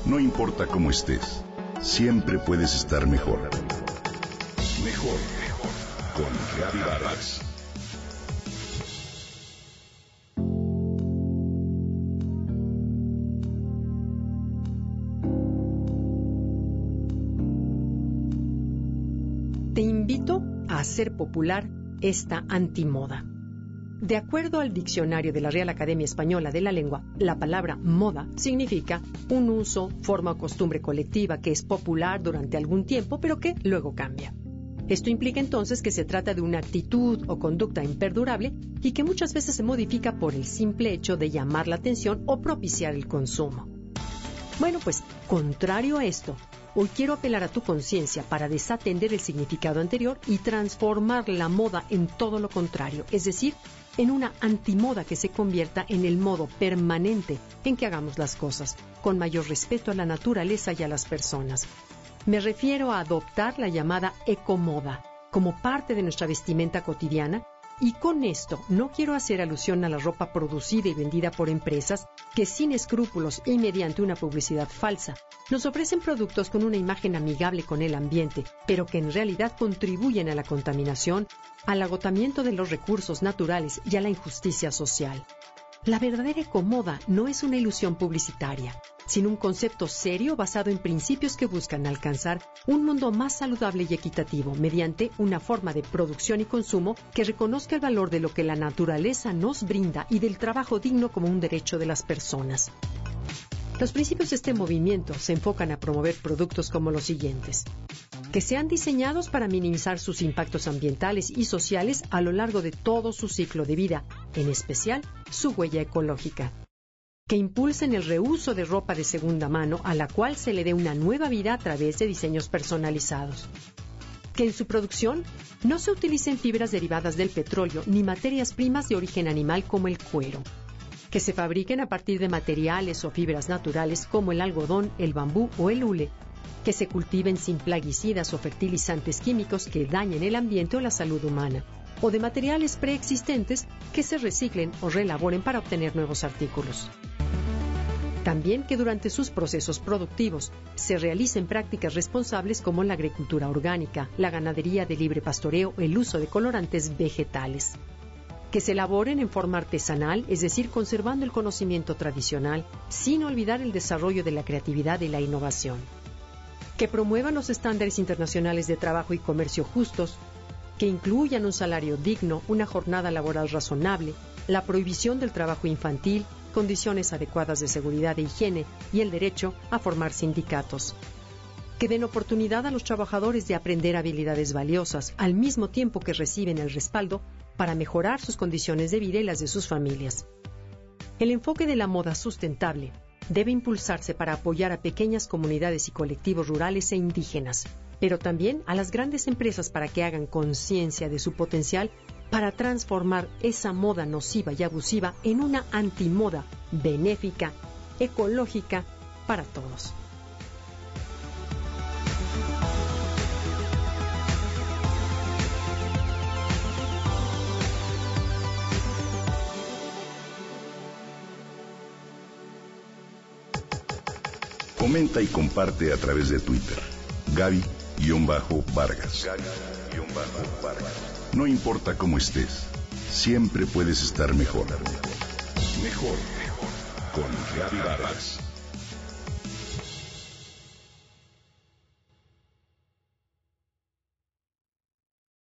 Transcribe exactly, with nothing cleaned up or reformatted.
No importa cómo estés, siempre puedes estar mejor. Mejor, mejor. Con Gaby Vargas. Te invito a hacer popular esta antimoda. De acuerdo al diccionario de la Real Academia Española de la Lengua, la palabra moda significa un uso, forma o costumbre colectiva que es popular durante algún tiempo, pero que luego cambia. Esto implica entonces que se trata de una actitud o conducta imperdurable y que muchas veces se modifica por el simple hecho de llamar la atención o propiciar el consumo. Bueno, pues, contrario a esto, hoy quiero apelar a tu conciencia para desatender el significado anterior y transformar la moda en todo lo contrario, es decir, en una antimoda que se convierta en el modo permanente en que hagamos las cosas, con mayor respeto a la naturaleza y a las personas. Me refiero a adoptar la llamada ecomoda como parte de nuestra vestimenta cotidiana, y con esto no quiero hacer alusión a la ropa producida y vendida por empresas que sin escrúpulos y mediante una publicidad falsa nos ofrecen productos con una imagen amigable con el ambiente, pero que en realidad contribuyen a la contaminación, al agotamiento de los recursos naturales y a la injusticia social. La verdadera ecomoda no es una ilusión publicitaria, sino un concepto serio basado en principios que buscan alcanzar un mundo más saludable y equitativo mediante una forma de producción y consumo que reconozca el valor de lo que la naturaleza nos brinda y del trabajo digno como un derecho de las personas. Los principios de este movimiento se enfocan a promover productos como los siguientes: que sean diseñados para minimizar sus impactos ambientales y sociales a lo largo de todo su ciclo de vida, en especial su huella ecológica. Que impulsen el reuso de ropa de segunda mano a la cual se le dé una nueva vida a través de diseños personalizados. Que en su producción no se utilicen fibras derivadas del petróleo ni materias primas de origen animal como el cuero. Que se fabriquen a partir de materiales o fibras naturales como el algodón, el bambú o el hule. Que se cultiven sin plaguicidas o fertilizantes químicos que dañen el ambiente o la salud humana, o de materiales preexistentes que se reciclen o reelaboren para obtener nuevos artículos. También que durante sus procesos productivos se realicen prácticas responsables como la agricultura orgánica, la ganadería de libre pastoreo o el uso de colorantes vegetales. Que se elaboren en forma artesanal, es decir, conservando el conocimiento tradicional, sin olvidar el desarrollo de la creatividad y la innovación. Que promuevan los estándares internacionales de trabajo y comercio justos, que incluyan un salario digno, una jornada laboral razonable, la prohibición del trabajo infantil, condiciones adecuadas de seguridad e higiene y el derecho a formar sindicatos. Que den oportunidad a los trabajadores de aprender habilidades valiosas, al mismo tiempo que reciben el respaldo para mejorar sus condiciones de vida y las de sus familias. El enfoque de la moda sustentable debe impulsarse para apoyar a pequeñas comunidades y colectivos rurales e indígenas, pero también a las grandes empresas para que hagan conciencia de su potencial para transformar esa moda nociva y abusiva en una antimoda benéfica, ecológica, para todos. Comenta y comparte a través de Twitter. Gaby-Vargas. Gaby-Vargas. No importa cómo estés, siempre puedes estar mejor. Mejor, mejor. Con Gaby Vargas.